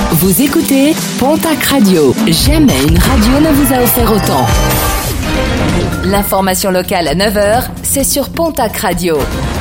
Vous écoutez Pontac Radio. Jamais une radio ne vous a offert autant. L'information locale à 9h, c'est sur Pontac Radio.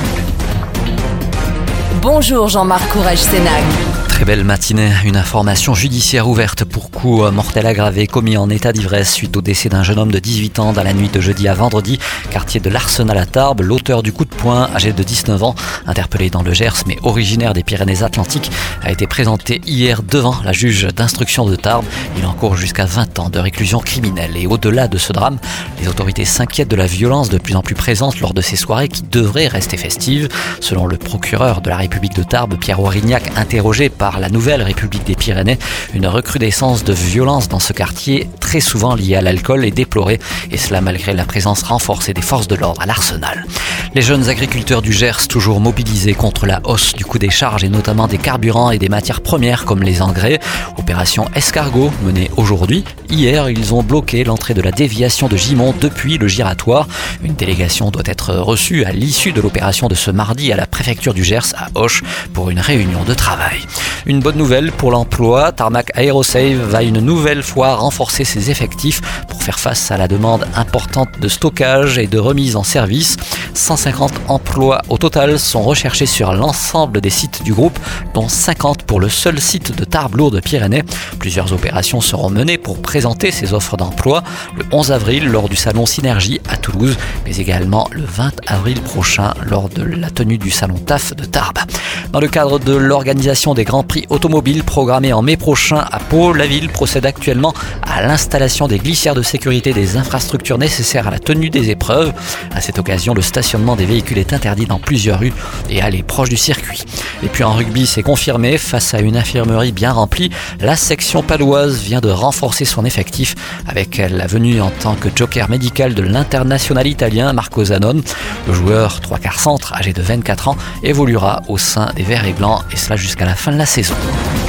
Bonjour Jean-Marc Courage-Sénac. Très belle matinée. Une information judiciaire ouverte pour coup mortel aggravé commis en état d'ivresse suite au décès d'un jeune homme de 18 ans dans la nuit de jeudi à vendredi, quartier de l'Arsenal à Tarbes. L'auteur du coup de poing, âgé de 19 ans, interpellé dans le Gers mais originaire des Pyrénées-Atlantiques, a été présenté hier devant la juge d'instruction de Tarbes. Il encourt jusqu'à 20 ans de réclusion criminelle. Et au-delà de ce drame, les autorités s'inquiètent de la violence de plus en plus présente lors de ces soirées qui devraient rester festives. Selon le procureur de la République de Tarbes, Pierre Aurignac, interrogé par la Nouvelle République des Pyrénées, une recrudescence de violence dans ce quartier, très souvent liée à l'alcool, est déplorée, et cela malgré la présence renforcée des forces de l'ordre à l'Arsenal. Les jeunes agriculteurs du Gers, toujours mobilisés contre la hausse du coût des charges et notamment des carburants et des matières premières comme les engrais. Opération Escargot menée aujourd'hui. Hier, ils ont bloqué l'entrée de la déviation de Gimont depuis le giratoire. Une délégation doit être reçue à l'issue de l'opération de ce mardi à la préfecture du Gers à Auch pour une réunion de travail. Une bonne nouvelle pour l'emploi, Tarmac Aerosave va une nouvelle fois renforcer ses effectifs pour faire face à la demande importante de stockage et de remise en service. 150 emplois au total sont recherchés sur l'ensemble des sites du groupe, dont 50 pour le seul site de Tarbes-Lourdes-Pyrénées. Plusieurs opérations seront menées pour présenter ces offres d'emploi le 11 avril lors du salon Synergie à Toulouse, mais également le 20 avril prochain lors de la tenue du salon TAF de Tarbes. Dans le cadre de l'organisation des Grands Prix automobiles programmés en mai prochain à Pau, la ville procède actuellement à l'installation des glissières de sécurité des infrastructures nécessaires à la tenue des épreuves. À cette occasion, le stationnement des véhicules est interdit dans plusieurs rues et allées proches du circuit. Et puis en rugby, c'est confirmé, face à une infirmerie bien remplie, la section paloise vient de renforcer son effectif avec la venue en tant que joker médical de l'international italien Marco Zanon. Le joueur 3/4 centre, âgé de 24 ans, évoluera au sein des Verts et Blancs, et cela jusqu'à la fin de la saison.